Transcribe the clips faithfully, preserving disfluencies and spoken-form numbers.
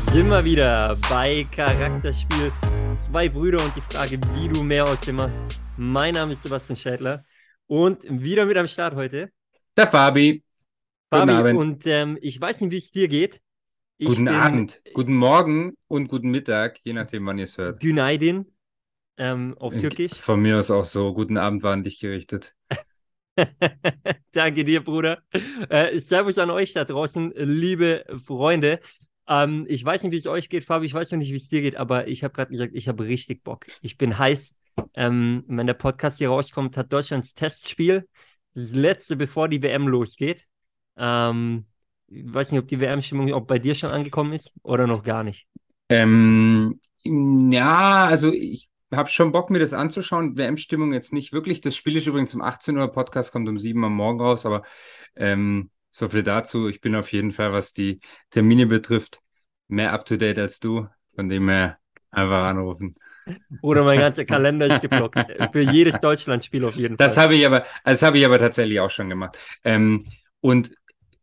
sind wir wieder bei Charakterspiel Zwei Brüder und die Frage, wie du mehr aus dem machst. Mein Name ist Sebastian Scheidler und wieder mit am Start heute Der Fabi. Guten Fabi. Abend. Und ähm, ich weiß nicht, wie es dir geht. Ich Guten bin Abend, guten Morgen und guten Mittag, je nachdem, wann ihr es hört. Günaydin ähm, auf Türkisch. Von mir aus auch so, guten Abend war an dich gerichtet. Danke dir, Bruder. Äh, Servus an euch da draußen, liebe Freunde. Ähm, ich weiß nicht, wie es euch geht, Fabi. Ich weiß noch nicht, wie es dir geht, aber ich habe gerade gesagt, ich habe richtig Bock. Ich bin heiß. Ähm, wenn der Podcast hier rauskommt, hat Deutschlands Testspiel. Das letzte, bevor die W M losgeht. Ähm, ich weiß nicht, ob die W M-Stimmung auch bei dir schon angekommen ist oder noch gar nicht. Ähm, ja, also ich habe schon Bock, mir das anzuschauen. W M-Stimmung jetzt nicht wirklich. Das Spiel ist übrigens um achtzehn Uhr, Podcast kommt um sieben am Morgen raus, aber ähm, so viel dazu. Ich bin auf jeden Fall, was die Termine betrifft, mehr up to date als du. Von dem her einfach anrufen. Oder mein ganzer Kalender ist geblockt. Für jedes Deutschlandspiel auf jeden Das Fall. habe ich aber, das habe ich aber tatsächlich auch schon gemacht. Ähm, und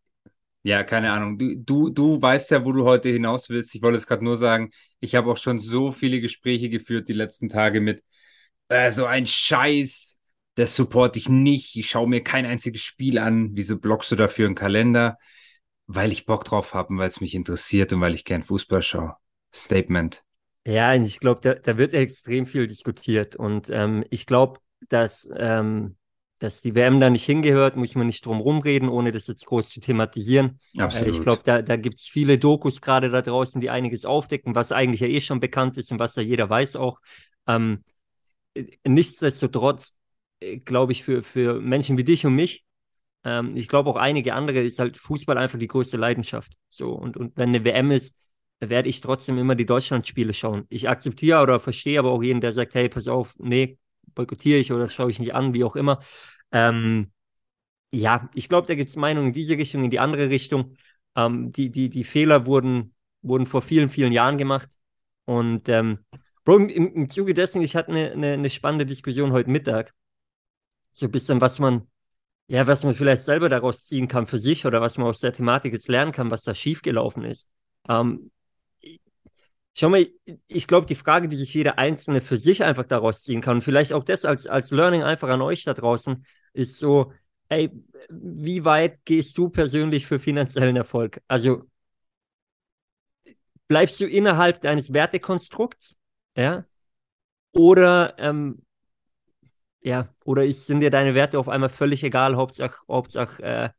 ja, keine Ahnung. Du, du, du weißt ja, wo du heute hinaus willst. Ich wollte es gerade nur sagen, ich habe auch schon so viele Gespräche geführt die letzten Tage mit äh, so ein Scheiß, das supporte ich nicht. Ich schaue mir kein einziges Spiel an. Wieso blockst du dafür einen Kalender? Weil ich Bock drauf habe und weil es mich interessiert und weil ich gern Fußball schaue. Statement. Ja, und ich glaube, da, da wird extrem viel diskutiert. Und ähm, ich glaube, dass, ähm, dass die W M da nicht hingehört, muss man nicht drum rumreden, ohne das jetzt groß zu thematisieren. Äh, ich glaube, Absolut. da, da gibt es viele Dokus gerade da draußen, die einiges aufdecken, was eigentlich ja eh schon bekannt ist und was ja jeder weiß auch. Ähm, äh, nichtsdestotrotz, äh, glaube ich, für, für Menschen wie dich und mich, ähm, ich glaube auch einige andere, ist halt Fußball einfach die größte Leidenschaft. So, und, und wenn eine W M ist, werde ich trotzdem immer die Deutschlandspiele schauen. Ich akzeptiere oder verstehe aber auch jeden, der sagt, hey, pass auf, nee, boykottiere ich oder schaue ich nicht an, wie auch immer. Ähm, ja, ich glaube, da gibt es Meinungen in diese Richtung, in die andere Richtung. Ähm, die, die, die Fehler wurden, wurden vor vielen, vielen Jahren gemacht. Und ähm, Bro, im, im Zuge dessen, ich hatte eine, eine, eine spannende Diskussion heute Mittag. So ein bisschen, was man ja, was man vielleicht selber daraus ziehen kann für sich oder was man aus der Thematik jetzt lernen kann, was da schiefgelaufen ist. Ähm, schau mal, ich glaube, die Frage, die sich jeder Einzelne für sich einfach daraus ziehen kann, und vielleicht auch das als, als Learning einfach an euch da draußen, ist so, ey, wie weit gehst du persönlich für finanziellen Erfolg? Also bleibst du innerhalb deines Wertekonstrukts, ja? Oder ähm, ja, oder ist, sind dir deine Werte auf einmal völlig egal, Hauptsache, Hauptsache äh,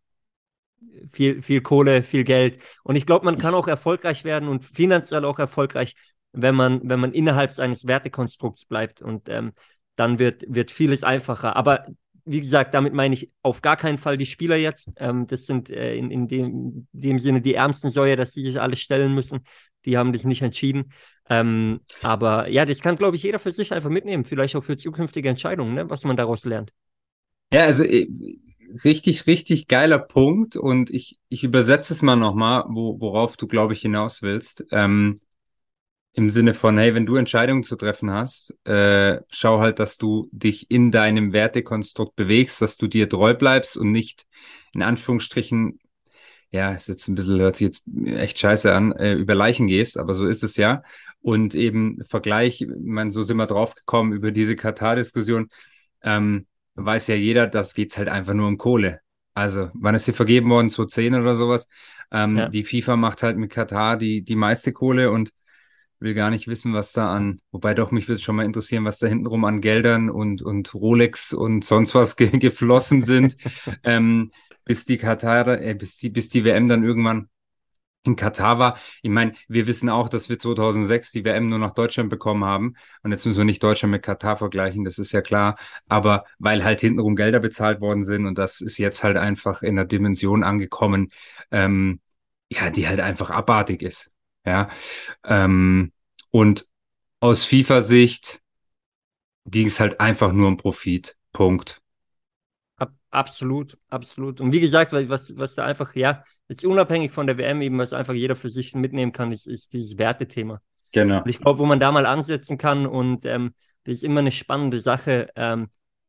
viel, viel Kohle, viel Geld. Und ich glaube, man kann auch Ich, erfolgreich werden und finanziell auch erfolgreich, wenn man, wenn man innerhalb seines Wertekonstrukts bleibt. Und ähm, dann wird, wird vieles einfacher. Aber wie gesagt, damit meine ich auf gar keinen Fall die Spieler jetzt. Ähm, das sind äh, in, in dem, dem Sinne die ärmsten Säue, dass sie sich alle stellen müssen. Die haben das nicht entschieden. Ähm, aber ja, das kann, glaube ich, jeder für sich einfach mitnehmen. Vielleicht auch für zukünftige Entscheidungen, ne? Was man daraus lernt. ja, also äh, richtig, richtig geiler Punkt und ich, ich übersetze es mal nochmal, wo, worauf du, glaube ich, hinaus willst. Ähm, Im Sinne von, hey, wenn du Entscheidungen zu treffen hast, äh, schau halt, dass du dich in deinem Wertekonstrukt bewegst, dass du dir treu bleibst und nicht in Anführungsstrichen, ja, ist jetzt ein bisschen, hört sich jetzt echt scheiße an, äh, über Leichen gehst, aber so ist es ja. Und eben Vergleich, ich meine, so sind wir drauf gekommen über diese Katar-Diskussion, ähm, weiß ja jeder, das geht's halt einfach nur um Kohle. Also, wann ist sie vergeben worden? zweitausendzehn oder sowas? Ähm, Ja. die FIFA macht halt mit Katar die, die meiste Kohle und will gar nicht wissen, was da an, wobei doch mich würde es schon mal interessieren, was da hintenrum an Geldern und, und Rolex und sonst was ge geflossen sind, ähm, bis die Katar, äh, bis die, bis die W M dann irgendwann in Katar war. Ich meine, wir wissen auch, dass wir zweitausendsechs die W M nur nach Deutschland bekommen haben. Und jetzt müssen wir nicht Deutschland mit Katar vergleichen, das ist ja klar. Aber weil halt hintenrum Gelder bezahlt worden sind und das ist jetzt halt einfach in einer Dimension angekommen, ähm, ja, die halt einfach abartig ist. Ja. Ähm, und aus FIFA-Sicht ging es halt einfach nur um Profit. Punkt. Ab, absolut, absolut. Und wie gesagt, was, was was da einfach, ja, jetzt unabhängig von der W M eben, was einfach jeder für sich mitnehmen kann, ist, ist dieses Wertethema. Genau. Und ich glaube, wo man da mal ansetzen kann und ähm, das ist immer eine spannende Sache, ähm,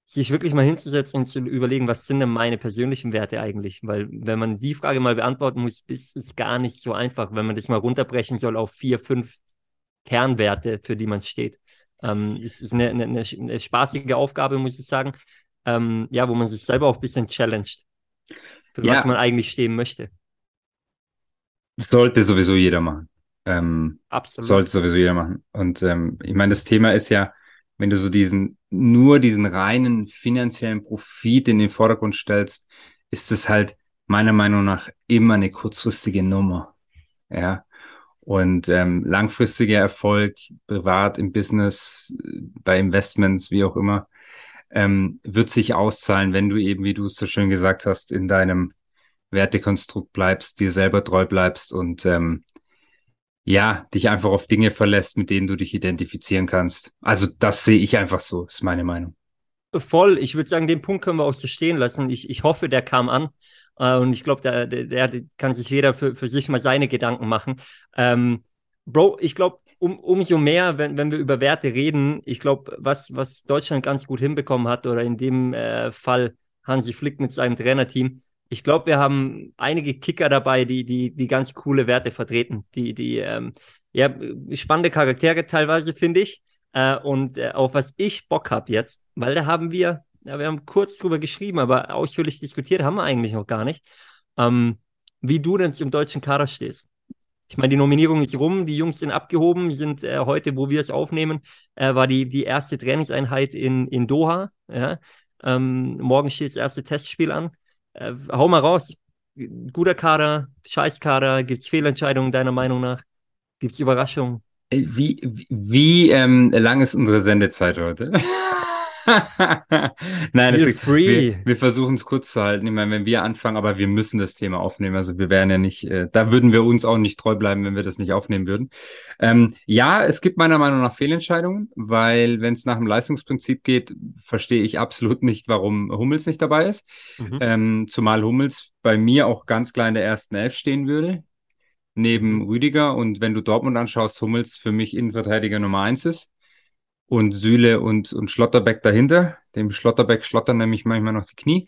sich wirklich mal hinzusetzen und zu überlegen, was sind denn meine persönlichen Werte eigentlich? Weil wenn man die Frage mal beantworten muss, ist es gar nicht so einfach, wenn man das mal runterbrechen soll auf vier, fünf Kernwerte, für die man steht. Ähm, es ist eine, eine, eine spaßige Aufgabe, muss ich sagen, ähm, ja, wo man sich selber auch ein bisschen challenged, für was Ja, man eigentlich stehen möchte. sollte sowieso jeder machen. Ähm, Absolut. sollte sowieso jeder machen. Und ähm, ich meine, das Thema ist ja, wenn du so diesen, nur diesen reinen finanziellen Profit in den Vordergrund stellst, ist es halt meiner Meinung nach immer eine kurzfristige Nummer. Ja. Und ähm, langfristiger Erfolg, privat, im Business, äh, bei Investments, wie auch immer, ähm, wird sich auszahlen, wenn du eben, wie du es so schön gesagt hast, in deinem Wertekonstrukt bleibst, dir selber treu bleibst und ähm, ja, dich einfach auf Dinge verlässt, mit denen du dich identifizieren kannst. Also das sehe ich einfach so, ist meine Meinung. Voll, ich würde sagen, den Punkt können wir auch so stehen lassen. Ich, ich hoffe, der kam an. Äh, und ich glaube, der, der, der kann sich jeder für, für sich mal seine Gedanken machen. Ähm, Bro, ich glaube, um, umso mehr, wenn, wenn wir über Werte reden, ich glaube, was, was Deutschland ganz gut hinbekommen hat, oder in dem äh, Fall Hansi Flick mit seinem Trainerteam, ich glaube, wir haben einige Kicker dabei, die, die, die ganz coole Werte vertreten, die, die ähm, ja, spannende Charaktere teilweise, finde ich. Äh, und äh, auf was ich Bock habe jetzt, weil da haben wir, ja, wir haben kurz drüber geschrieben, aber ausführlich diskutiert haben wir eigentlich noch gar nicht, ähm, wie du denn zum deutschen Kader stehst. Ich meine, die Nominierung ist rum, die Jungs sind abgehoben, sind äh, heute, wo wir es aufnehmen, äh, war die, die erste Trainingseinheit in, in Doha. Ja? Ähm, morgen steht das erste Testspiel an. Äh, hau mal raus. Guter Kader, Scheißkader, gibt es Fehlentscheidungen deiner Meinung nach? Gibt es Überraschungen? Äh, Wie, wie ähm, lang ist unsere Sendezeit heute? Nein, es, Feel wir, free. wir versuchen es kurz zu halten. Ich meine, wenn wir anfangen, aber wir müssen das Thema aufnehmen. Also wir wären ja nicht, äh, da würden wir uns auch nicht treu bleiben, wenn wir das nicht aufnehmen würden. Ähm, ja, es gibt meiner Meinung nach Fehlentscheidungen, weil wenn es nach dem Leistungsprinzip geht, verstehe ich absolut nicht, warum Hummels nicht dabei ist. Mhm. Ähm, zumal Hummels bei mir auch ganz klar in der ersten Elf stehen würde neben Mhm. Rüdiger. Und wenn du Dortmund anschaust, Hummels für mich Innenverteidiger Nummer eins ist. Und Süle und, und Schlotterbeck dahinter. Dem Schlotterbeck schlottern nämlich manchmal noch die Knie.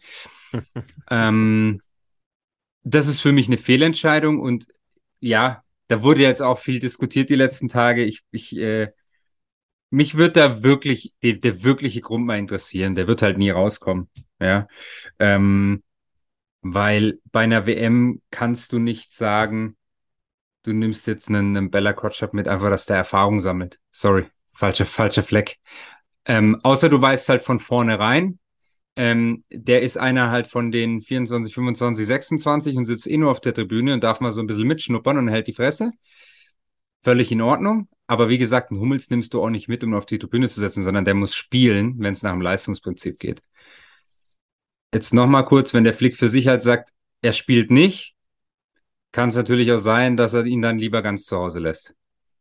Ähm, das ist für mich eine Fehlentscheidung. Und ja, da wurde jetzt auch viel diskutiert die letzten Tage. Ich, ich, äh, mich wird da wirklich der, der wirkliche Grund mal interessieren. Der wird halt nie rauskommen. Ja. Ähm, weil bei einer W M kannst du nicht sagen, du nimmst jetzt einen, einen Bella Kotschap mit, einfach, dass der Erfahrung sammelt. Sorry, falscher, falscher Fleck. Ähm, außer du weißt halt von vornherein, ähm, der ist einer halt von den vierundzwanzig, fünfundzwanzig, sechsundzwanzig und sitzt eh nur auf der Tribüne und darf mal so ein bisschen mitschnuppern und hält die Fresse. Völlig in Ordnung. Aber wie gesagt, einen Hummels nimmst du auch nicht mit, um ihn auf die Tribüne zu setzen, sondern der muss spielen, wenn es nach dem Leistungsprinzip geht. Jetzt nochmal kurz, wenn der Flick für sich halt sagt, er spielt nicht, kann es natürlich auch sein, dass er ihn dann lieber ganz zu Hause lässt.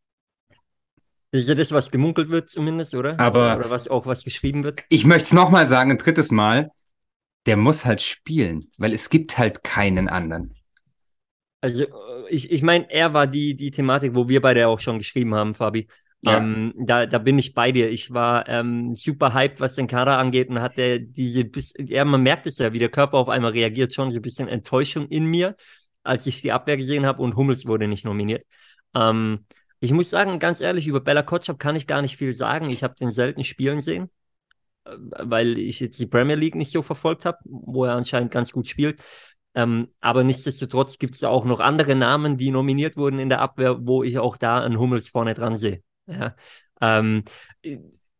Das ist ja das, was gemunkelt wird zumindest, oder? Oder, Aber oder was auch was geschrieben wird. ich möchte es nochmal sagen, ein drittes Mal, der muss halt spielen, weil es gibt halt keinen anderen. Also äh, ich, ich meine, er war die, die Thematik, wo wir beide auch schon geschrieben haben, Fabi. Ja, Ähm, da, da bin ich bei dir. Ich war ähm, super hyped, was den Kader angeht, und hatte diese, bis, ja, man merkt es ja, wie der Körper auf einmal reagiert, schon so ein bisschen Enttäuschung in mir, als ich die Abwehr gesehen habe, und Hummels wurde nicht nominiert. Ähm, ich muss sagen, ganz ehrlich, über Bella Kotschap kann ich gar nicht viel sagen. Ich habe den selten spielen sehen, äh, weil ich jetzt die Premier League nicht so verfolgt habe, wo er anscheinend ganz gut spielt. Ähm, aber nichtsdestotrotz gibt es da auch noch andere Namen, die nominiert wurden in der Abwehr, wo ich auch da einen Hummels vorne dran sehe. Ja. Ähm, äh,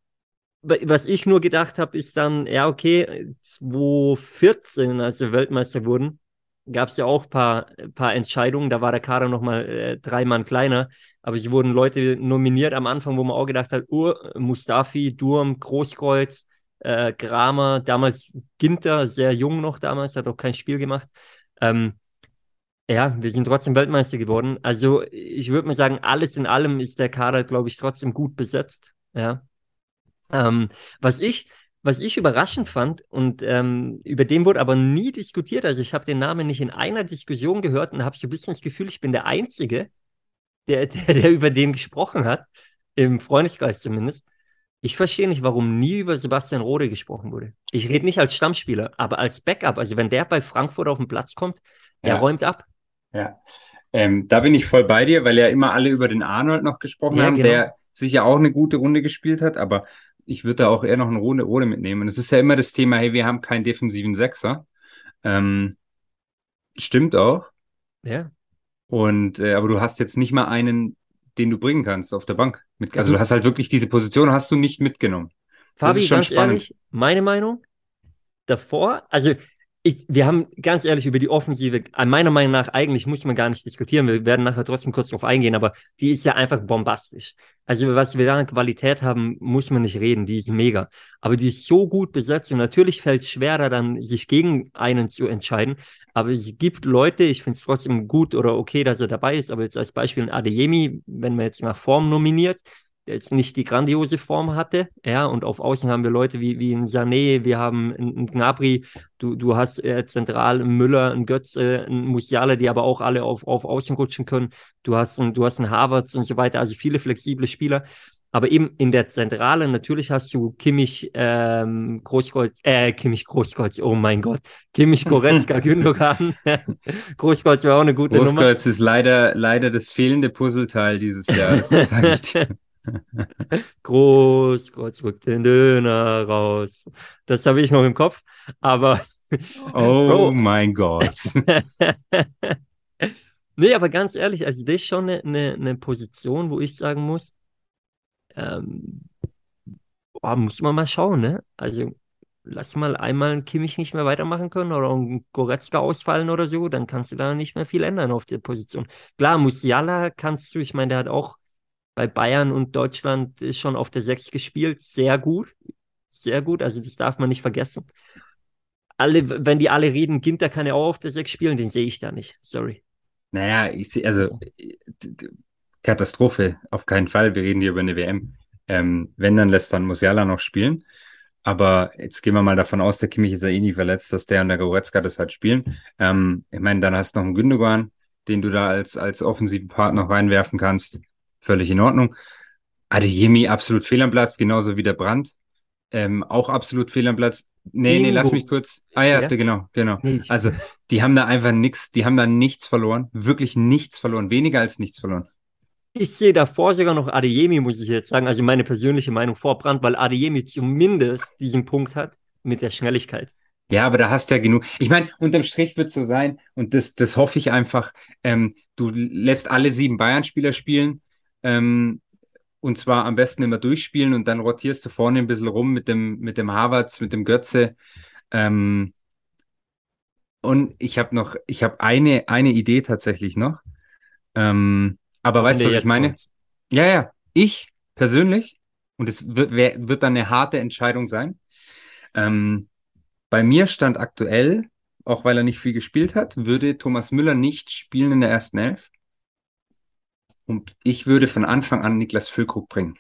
Was ich nur gedacht habe, ist dann, ja, okay, zwanzig vierzehn, als wir Weltmeister wurden, gab es ja auch ein paar, paar Entscheidungen. Da war der Kader nochmal äh, drei Mann kleiner. Aber es wurden Leute nominiert am Anfang, wo man auch gedacht hat, oh, Mustafi, Durm, Großkreuz, äh, Kramer, damals Ginter, sehr jung noch damals, hat auch kein Spiel gemacht. Ähm, ja, wir sind trotzdem Weltmeister geworden. Also ich würde mal sagen, alles in allem ist der Kader, glaube ich, trotzdem gut besetzt. Ja. Ähm, was ich, was ich überraschend fand, und ähm, über den wurde aber nie diskutiert, also ich habe den Namen nicht in einer Diskussion gehört und habe so ein bisschen das Gefühl, ich bin der Einzige, der, der, der über den gesprochen hat, im Freundeskreis zumindest. Ich verstehe nicht, warum nie über Sebastian Rode gesprochen wurde. Ich rede nicht als Stammspieler, aber als Backup. Also wenn der bei Frankfurt auf den Platz kommt, der Ja, räumt ab. ja. Ähm, da bin ich voll bei dir, weil ja immer alle über den Arnold noch gesprochen Ja, haben, genau. der sicher auch eine gute Runde gespielt hat, aber ich würde da auch eher noch eine Runde Rode mitnehmen. Und es ist ja immer das Thema, hey, wir haben keinen defensiven Sechser. Ähm, stimmt auch. Ja. Und äh, aber du hast jetzt nicht mal einen, den du bringen kannst auf der Bank. Mit, Ja, also du gut. hast halt wirklich diese Position hast du nicht mitgenommen. Das ist Fabi, schon ganz spannend. ehrlich, meine Meinung davor, also ich, wir haben ganz ehrlich über die Offensive, äh, meiner Meinung nach, eigentlich muss man gar nicht diskutieren. Wir werden nachher trotzdem kurz drauf eingehen, aber die ist ja einfach bombastisch. Also, was wir da an Qualität haben, muss man nicht reden. Die ist mega. Aber die ist so gut besetzt und natürlich fällt es schwerer, dann sich gegen einen zu entscheiden. Aber es gibt Leute, ich finde es trotzdem gut oder okay, dass er dabei ist. Aber jetzt als Beispiel ein Adeyemi, wenn man jetzt nach Form nominiert, der jetzt nicht die grandiose Form hatte, ja, und auf Außen haben wir Leute wie, wie ein Sané, wir haben einen Gnabry, du, du hast äh, zentral einen Müller, einen Götze, einen Musiala, die aber auch alle auf, auf Außen rutschen können, du hast einen, du hast einen Havertz und so weiter, also viele flexible Spieler, aber eben in der Zentrale, natürlich hast du Kimmich, ähm, Großkreuz, äh, Kimmich Großkreuz, oh mein Gott, Kimmich, Goretzka, Gündogan, Großkreuz wäre auch eine gute Nummer. Großkreuz ist leider, leider das fehlende Puzzleteil dieses Jahr, das sage ich dir. Großkreuz rückt den Döner raus. Das habe ich noch im Kopf. Aber, Oh Bro. mein Gott. Nee, aber ganz ehrlich, also das ist schon eine, eine, eine Position, wo ich sagen muss, ähm, boah, muss man mal schauen, ne? Also lass mal einmal einen Kimmich nicht mehr weitermachen können oder einen Goretzka ausfallen oder so, dann kannst du da nicht mehr viel ändern auf der Position. Klar, Musiala kannst du, ich meine, der hat auch bei Bayern und Deutschland ist schon auf der sechs gespielt. Sehr gut. Sehr gut. Also das darf man nicht vergessen. Alle, wenn die alle reden, Ginter kann ja auch auf der sechs spielen, den sehe ich da nicht. Sorry. Naja, ich sehe, also Also, äh, d- d- Katastrophe, auf keinen Fall. Wir reden hier über eine W M. Ähm, wenn, dann lässt dann Musiala noch spielen. Aber jetzt gehen wir mal davon aus, der Kimmich ist ja eh nie verletzt, dass der und der Goretzka das halt spielen. Ähm, ich meine, dann hast du noch einen Gündogan, den du da als, als offensiven Part noch reinwerfen kannst. Völlig in Ordnung. Adeyemi absolut fehl am Platz, genauso wie der Brandt. Ähm, auch absolut fehl am Platz. Nee, nee, lass mich Bingo. kurz. Ah ja, Ja? genau, genau. Nee, ich, Also, die haben da einfach nichts, die haben da nichts verloren. Wirklich nichts verloren. Weniger als nichts verloren. ich sehe davor sogar noch Adeyemi, muss ich jetzt sagen. Also meine persönliche Meinung vor Brandt, weil Adeyemi zumindest diesen Punkt hat mit der Schnelligkeit. Ja, aber da hast du ja genug. Ich meine, unterm Strich wird es so sein, und das, das hoffe ich einfach. Ähm, du lässt alle sieben Bayern-Spieler spielen, ähm, und zwar am besten immer durchspielen und dann rotierst du vorne ein bisschen rum mit dem, mit dem Havertz, mit dem Götze. Ähm, und ich habe noch, ich habe eine, eine Idee tatsächlich noch. Ähm, aber Komm weißt du, dir was ich jetzt meine? raus. Ja, ja, ich persönlich, und es wird, wer, wird dann eine harte Entscheidung sein. Ähm, Bei mir stand aktuell, auch weil er nicht viel gespielt hat, würde Thomas Müller nicht spielen in der ersten Elf. Und ich würde von Anfang an Niklas Füllkrug bringen.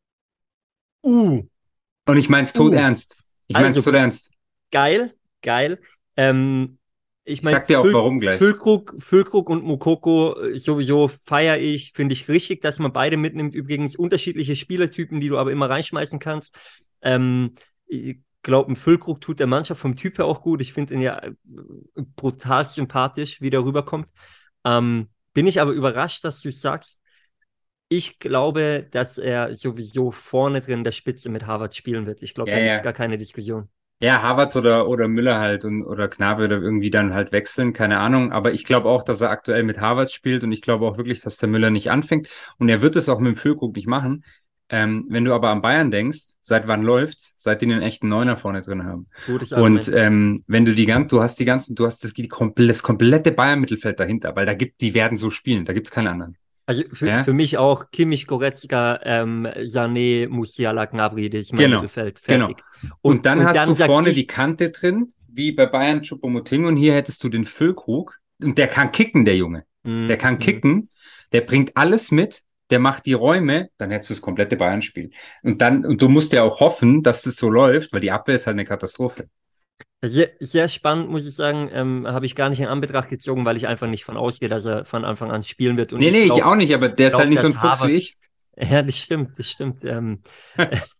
Uh, Und ich meine es tot uh. ernst. Ich meine es Also tot ernst. geil, geil. Ähm, ich Ich meine, sag dir auch Füll, warum gleich. Füllkrug, Füllkrug und Mukoko äh, sowieso feiere ich, finde ich richtig, dass man beide mitnimmt. Übrigens unterschiedliche Spielertypen, die du aber immer reinschmeißen kannst. Ähm, ich glaube, ein Füllkrug tut der Mannschaft vom Typ her auch gut. Ich finde ihn ja äh, brutal sympathisch, wie der rüberkommt. Ähm, bin ich aber überrascht, dass du es sagst. Ich glaube, dass er sowieso vorne drin der Spitze mit Harvard spielen wird. Ich glaube, Ja, da gibt es ja. gar keine Diskussion. Ja, Havertz oder, oder Müller halt und, oder Gnabry oder irgendwie dann halt wechseln, keine Ahnung. Aber ich glaube auch, dass er aktuell mit Havertz spielt und ich glaube auch wirklich, dass der Müller nicht anfängt. Und er wird es auch mit dem Füllkrug nicht machen. Ähm, wenn du aber an Bayern denkst, seit wann läuft's? Seit die einen echten Neuner vorne drin haben. Gutes Und Argument. ähm, wenn du die ganzen, du hast die ganzen, du hast das, die, komple- das komplette Bayern-Mittelfeld dahinter, weil da gibt, die werden so spielen, da gibt's keine anderen. Also für, Ja, für mich auch Kimmich, Goretzka, ähm, Sané, Musiala, Gnabry, das ist mein genau, Mittelfeld. genau. Fertig. Und Und, dann und hast du dann sag vorne die ich, Kante drin, wie bei Bayern Choupo-Moting, und hier hättest du den Füllkrug. Und der kann kicken, der Junge. Der mm, kann mm. kicken, der bringt alles mit, der macht die Räume, dann hättest du das komplette Bayern-Spiel. Und dann, und du musst ja auch hoffen, dass das so läuft, weil die Abwehr ist halt eine Katastrophe. Sehr, sehr spannend, muss ich sagen, ähm, habe ich gar nicht in Anbetracht gezogen, weil ich einfach nicht von ausgehe, dass er von Anfang an spielen wird. Und Nee, ich nee, ich glaube, auch nicht, aber ich der ist halt glaube, nicht so ein dass Fuchs wie Harvard, ich. ja, das stimmt, das stimmt. Ähm,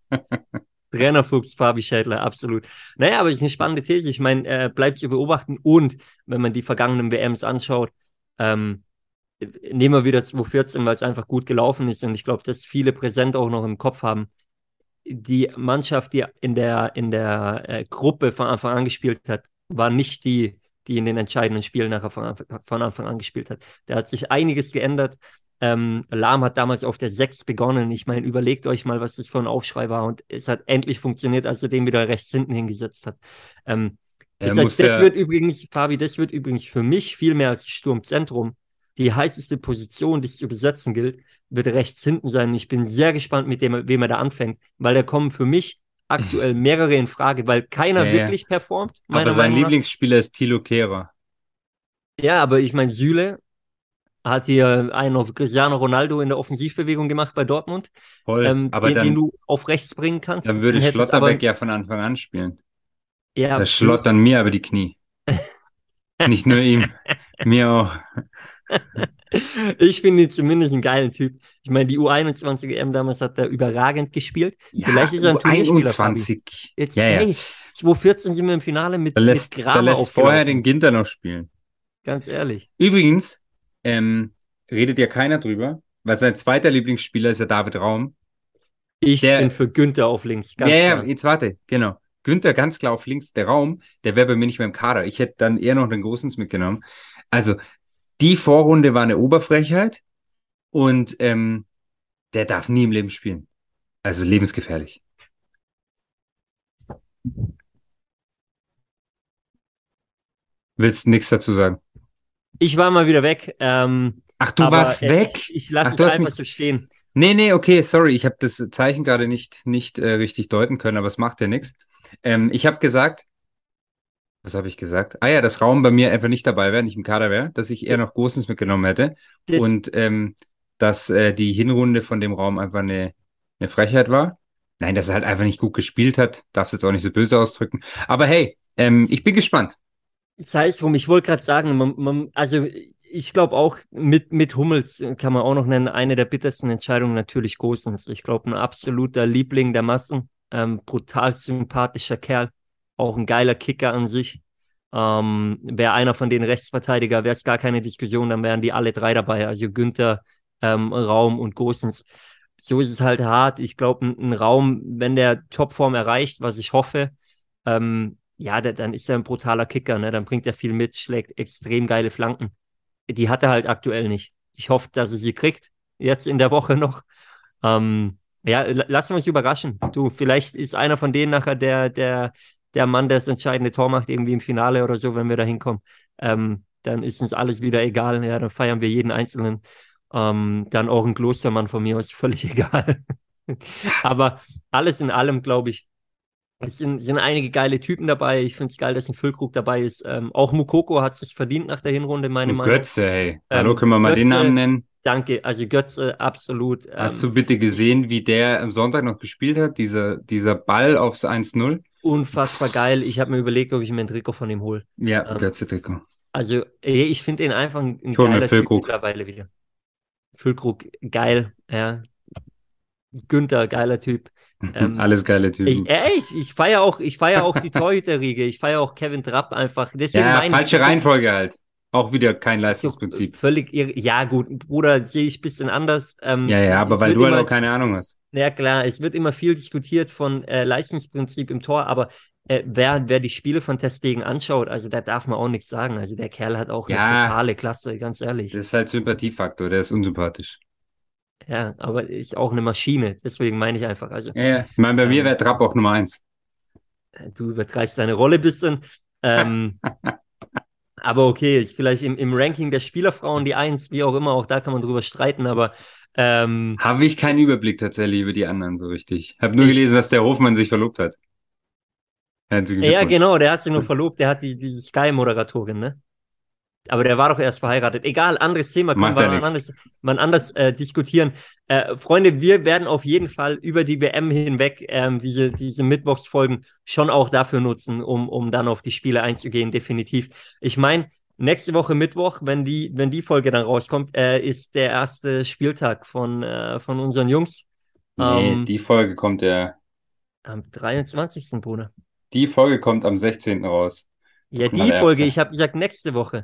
Trainerfuchs Fabi Schädler, absolut. Naja, aber es ist eine spannende These. Ich meine, äh, bleibt zu beobachten. Und wenn man die vergangenen W Ms anschaut, ähm, nehmen wir wieder zwanzig vierzehn, weil es einfach gut gelaufen ist. Und ich glaube, dass viele präsent auch noch im Kopf haben. Die Mannschaft, die in der, in der äh, Gruppe von Anfang an gespielt hat, war nicht die, die in den entscheidenden Spielen nachher von, von Anfang an gespielt hat. Da hat sich einiges geändert. Ähm, Lahm hat damals auf der sechs begonnen. Ich meine, überlegt euch mal, was das für ein Aufschrei war. Und es hat endlich funktioniert, als er den wieder rechts hinten hingesetzt hat. Ähm, Er das heißt, muss das ja, wird übrigens, Fabi, das wird übrigens für mich viel mehr als Sturmzentrum die heißeste Position, die es zu besetzen gilt, wird rechts hinten sein. Ich bin sehr gespannt, mit dem, wem er da anfängt, weil da kommen für mich aktuell mehrere in Frage, weil ja, keiner ja. wirklich performt, Aber meiner sein Meinung nach. Lieblingsspieler ist Thilo Kehrer. Ja, aber ich meine, Süle hat hier einen auf Cristiano Ronaldo in der Offensivbewegung gemacht bei Dortmund, Voll. ähm, Aber den, den dann, du auf rechts bringen kannst. dann würde Dann hättest aber, Schlotterbeck ja von Anfang an spielen. ja, Das plus, schlottern mir aber die Knie. Nicht nur ihm, mir auch. ich finde ihn zumindest einen geilen Typ. Ich meine, die U einundzwanzig E M damals hat er überragend gespielt. Ja, Vielleicht ist er ein U Turnierspieler, Fabi. einundzwanzig. Jetzt, Ja, ja. hey, zwanzig vierzehn sind wir im Finale Da mit, mit lässt, da Kramer lässt vorher den aufgelaufen. Ginter noch spielen. Ganz ehrlich. Übrigens, ähm, redet ja keiner drüber, weil sein zweiter Lieblingsspieler ist ja David Raum. Ich bin Der, für Günther auf links, ja, ganz ja, klar. jetzt warte, genau. Günther ganz klar auf links, der Raum, der wäre bei mir nicht mehr im Kader. Ich hätte dann eher noch den Großens mitgenommen. Also, die Vorrunde war eine Oberfrechheit und ähm, der darf nie im Leben spielen. Also lebensgefährlich. Willst nichts dazu sagen? Ich war mal wieder weg, ähm, Ach, du aber warst äh, ich, weg? ich lasse Ach, es du hast einfach mich. so stehen. Nee, nee, okay, sorry, ich habe das Zeichen gerade nicht, nicht äh, richtig deuten können, aber es macht ja nichts. Ähm, ich habe gesagt, was habe ich gesagt? Ah ja, dass Raum bei mir einfach nicht dabei wäre, nicht im Kader wäre, dass ich eher noch Großens mitgenommen hätte Das, und ähm, dass äh, die Hinrunde von dem Raum einfach eine, eine Frechheit war. Nein, dass er halt einfach nicht gut gespielt hat, darfst jetzt auch nicht so böse ausdrücken. Aber hey, ähm, ich bin gespannt. sei es drum, ich wollte gerade sagen, man, man, also ich glaube auch, mit, mit Hummels kann man auch noch nennen, eine der bittersten Entscheidungen natürlich Gosens. Ich glaube, ein absoluter Liebling der Massen, ähm, brutal sympathischer Kerl, auch ein geiler Kicker an sich. Ähm, wäre einer von den Rechtsverteidiger, wäre es gar keine Diskussion, dann wären die alle drei dabei, also Günther, ähm, Raum und Gosens. So ist es halt hart. Ich glaube, ein, ein Raum, wenn der Topform erreicht, was ich hoffe, ähm, ja, der, dann ist er ein brutaler Kicker, ne? Dann bringt er viel mit, schlägt extrem geile Flanken. Die hat er halt aktuell nicht. Ich hoffe, dass er sie kriegt, jetzt in der Woche noch. Ähm, ja, lassen wir uns überraschen. Du, vielleicht ist einer von denen nachher der, der, der Mann, der das entscheidende Tor macht, irgendwie im Finale oder so, wenn wir da hinkommen. Ähm, dann ist uns alles wieder egal. Ja, dann feiern wir jeden Einzelnen. Ähm, dann auch ein Klostermann von mir aus, völlig egal. Aber alles in allem, glaube ich, es sind, sind einige geile Typen dabei. Ich finde es geil, dass ein Füllkrug dabei ist. Ähm, auch Mukoko hat sich verdient nach der Hinrunde, meine Und Meinung. Götze, hey. Hallo, Ähm, können wir mal den Namen Götze, nennen? danke. Also Götze, absolut. Hast Ähm, du bitte ich, gesehen, wie der am Sonntag noch gespielt hat? Dieser, dieser Ball aufs eins null? unfassbar geil. Ich habe mir überlegt, ob ich mir ein Trikot von ihm hole. Ja, Ähm, Götze-Trikot. also eh, ich finde ihn einfach ein, Ich ein hol mir geiler Typ Füllkrug. mittlerweile wieder. Füllkrug, geil. Ja. Günther, geiler Typ. Ähm, Alles geile Ich, Typen. äh, ich, ich feiere auch, ich feier auch die Torhüterriege. Ich feiere auch Kevin Trapp einfach. Deswegen Ja, meine ich, falsche ist so, Reihenfolge halt. Auch wieder kein ist so Leistungsprinzip. völlig irre. Ja, gut, Bruder, sehe ich ein bisschen anders. Ja, Ähm, ja, aber es weil wird du halt auch immer, keine Ahnung hast. ja klar, es wird immer viel diskutiert von äh, Leistungsprinzip im Tor, aber äh, wer, wer die Spiele von Ter Stegen anschaut, also da darf man auch nichts sagen. Also der Kerl hat auch eine Ja, brutale Klasse, ganz ehrlich. das ist halt Sympathiefaktor, der ist unsympathisch. Ja, aber ist auch eine Maschine. Deswegen meine ich einfach, also Ja, ja. Ich meine, bei mir ähm, wäre Trapp auch Nummer eins. du übertreibst deine Rolle ein bisschen. Ähm, Aber okay, ist vielleicht im, im Ranking der Spielerfrauen die Eins, wie auch immer, auch da kann man drüber streiten, aber ähm, Habe ich keinen Überblick tatsächlich über die anderen so richtig. Habe nur ich, gelesen, dass der Hofmann sich verlobt hat. Herzlichen ja Glückwunsch. genau, der hat sich nur verlobt, der hat die, diese Sky-Moderatorin, ne? Aber der war doch erst verheiratet. Egal, anderes Thema, können Macht wir ja mal nichts. anders, mal anders äh, diskutieren. Äh, Freunde, wir werden auf jeden Fall über die W M hinweg ähm, diese, diese Mittwochsfolgen schon auch dafür nutzen, um, um dann auf die Spiele einzugehen, definitiv. Ich meine, nächste Woche Mittwoch, wenn die, wenn die Folge dann rauskommt, äh, ist der erste Spieltag von, äh, von unseren Jungs. Nee, Ähm, die Folge kommt ja. Am dreiundzwanzigsten, Bruder. Die Folge kommt am sechzehnten raus. Du Ja, die Knallerbse. Folge, ich habe gesagt nächste Woche.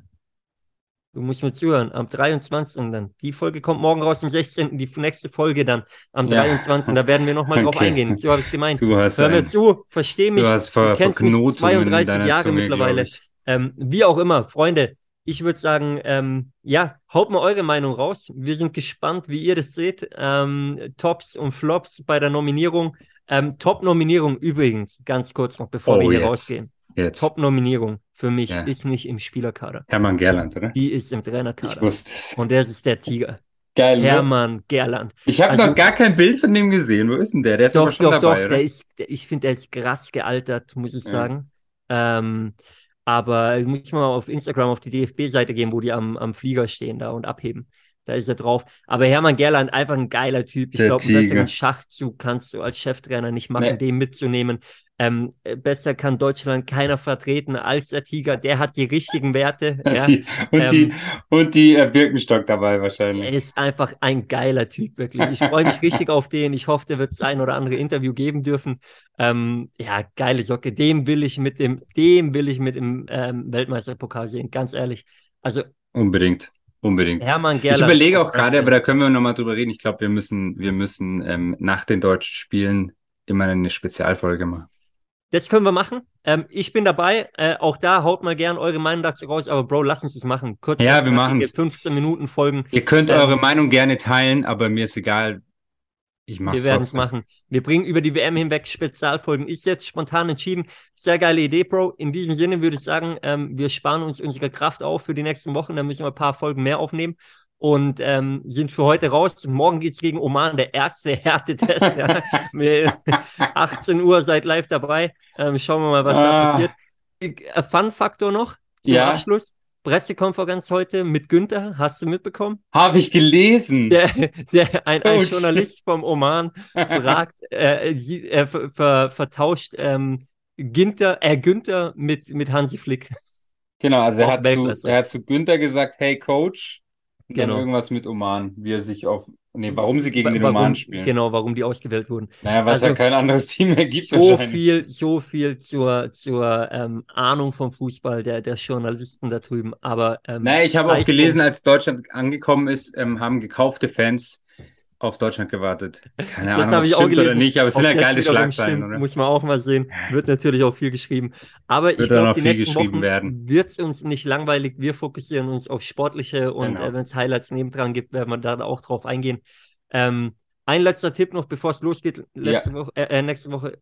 Du musst mir zuhören, am dreiundzwanzigsten dann. Die Folge kommt morgen raus, am sechzehnten Die nächste Folge dann am Ja. dreiundzwanzigsten Da werden wir nochmal drauf Okay. eingehen. So habe ich es gemeint. Du hast Hör mir ein, zu, versteh mich. du hast Du Ver kennst mich Verknotungen in zweiunddreißig deiner Jahre Zunge, mittlerweile. glaub ich. Ähm, wie auch immer, Freunde, ich würde sagen, ähm, ja, haut mal eure Meinung raus. Wir sind gespannt, wie ihr das seht. Ähm, Tops und Flops bei der Nominierung. Ähm, Top-Nominierung übrigens, ganz kurz noch, bevor Oh, wir hier jetzt. rausgehen. Jetzt. Top-Nominierung für mich Ja. ist nicht im Spielerkader. Hermann Gerland, oder? Die ist im Ich Trainerkader. wusste es. Und das ist der Tiger. Geil, ne? Hermann Gerland. Ich habe Also- noch gar kein Bild von dem gesehen. Wo ist denn der? Der ist aber Doch, schon doch, dabei, doch. oder? Der ist, der, ich finde, der ist krass gealtert, muss ich Ja. sagen. Ähm, aber ich muss mal auf Instagram auf die D F B-Seite gehen, wo die am, am Flieger stehen da und abheben. Da ist er drauf. Aber Hermann Gerland, einfach ein geiler Typ. Ich Der glaube, einen Tiger. besseren Schachzug kannst du als Cheftrainer nicht machen, Nee. den mitzunehmen. Ähm, besser kann Deutschland keiner vertreten als der Tiger. Der hat die richtigen Werte. Ja. Die, und, Ähm, die, und die äh, Birkenstock dabei Er wahrscheinlich. ist einfach ein geiler Typ, wirklich. Ich freue mich richtig auf den. Ich hoffe, der wird das ein oder andere Interview geben dürfen. Ähm, ja, geile Socke. Dem will ich mit dem, dem will ich mit dem ähm, Weltmeisterpokal sehen, ganz ehrlich. Also Unbedingt. Unbedingt. Hermann Ich Gerland. überlege auch gerade, aber da können wir nochmal drüber reden. Ich glaube, wir müssen, wir müssen ähm, nach den deutschen Spielen immer eine Spezialfolge machen. Das können wir machen. Ähm, ich bin dabei. Äh, auch da haut mal gern eure Meinung dazu raus. Aber Bro, lass uns das machen. Kurz Ja, wir machen's. fünfzehn Minuten Folgen. Ihr könnt Ähm, eure Meinung gerne teilen, aber mir ist egal. Ich mach's Wir werden es trotzdem. machen. Wir bringen über die W M hinweg Spezialfolgen. Ist jetzt spontan entschieden. Sehr geile Idee, Bro. In diesem Sinne würde ich sagen, ähm, wir sparen uns unsere Kraft auf für die nächsten Wochen. Dann müssen wir ein paar Folgen mehr aufnehmen. Und ähm, sind für heute raus. Morgen geht's gegen Oman, der erste Härtetest. Ja. Wir- achtzehn Uhr, seid live dabei. Ähm, schauen wir mal, was da Ah. passiert. Äh, Fun-Faktor noch zum Ja. Abschluss. Pressekonferenz heute mit Günther. Hast du mitbekommen? Habe ich gelesen. Der, der, ein, ein Coach. Journalist vom Oman fragt, äh, sie, äh, ver, ver, vertauscht ähm, Günther, äh, Günther mit, mit Hansi Flick. Genau, also er Auch hat, zu, Weltklasse. er hat zu Günther gesagt, hey Coach, und dann Genau. irgendwas mit Oman, wie er sich auf, nee, warum sie gegen Wa- den warum, Oman spielen. Genau, warum die ausgewählt wurden. Naja, weil es Also, ja kein anderes Team mehr gibt So wahrscheinlich. viel, so viel zur, zur ähm, Ahnung vom Fußball der, der Journalisten da drüben. Aber ähm, Naja, ich habe sei auch es gelesen, drum. als Deutschland angekommen ist, ähm, haben gekaufte Fans auf Deutschland gewartet. Keine Das Ahnung, habe ob es ich auch stimmt oder gelesen. nicht, aber es sind Ob ja das geile wiederum Schlagzeilen, stimmt, oder? muss man auch mal sehen. Wird natürlich auch viel geschrieben. Aber ich Wird dann glaube, auch die viel nächsten geschrieben Wochen werden. wird es uns nicht langweilig. Wir fokussieren uns auf Sportliche und Genau. äh, wenn es Highlights nebendran gibt, werden wir da auch drauf eingehen. Ähm, ein letzter Tipp noch, bevor es losgeht. Letzte Ja. Woche, äh, äh, nächste Woche.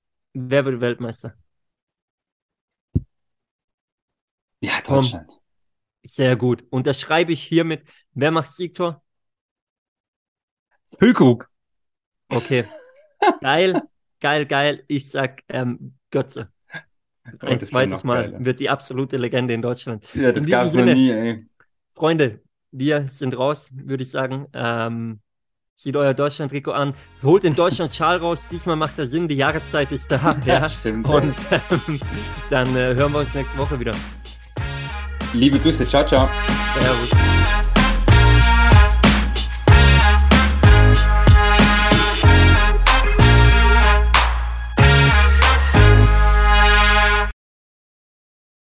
Wer wird Weltmeister? Ja, Komm. Deutschland. Sehr gut. Und das schreibe ich hiermit. Wer macht Siegtor? Füllkrug. Okay. Geil, geil, geil. Ich sag ähm, Götze. Oh, Ein das wär zweites noch Mal geiler. wird die absolute Legende in Deutschland. Ja, das In diesem gab's noch Sinne, nie, ey. Freunde, wir sind raus, würde ich sagen. Ähm, zieht euer Deutschland-Trikot an, holt den Deutschland-Schal raus. Diesmal macht er Sinn, die Jahreszeit ist da. Ja? Stimmt. ey. Und ähm, dann äh, hören wir uns nächste Woche wieder. Liebe Grüße, ciao, ciao. Servus.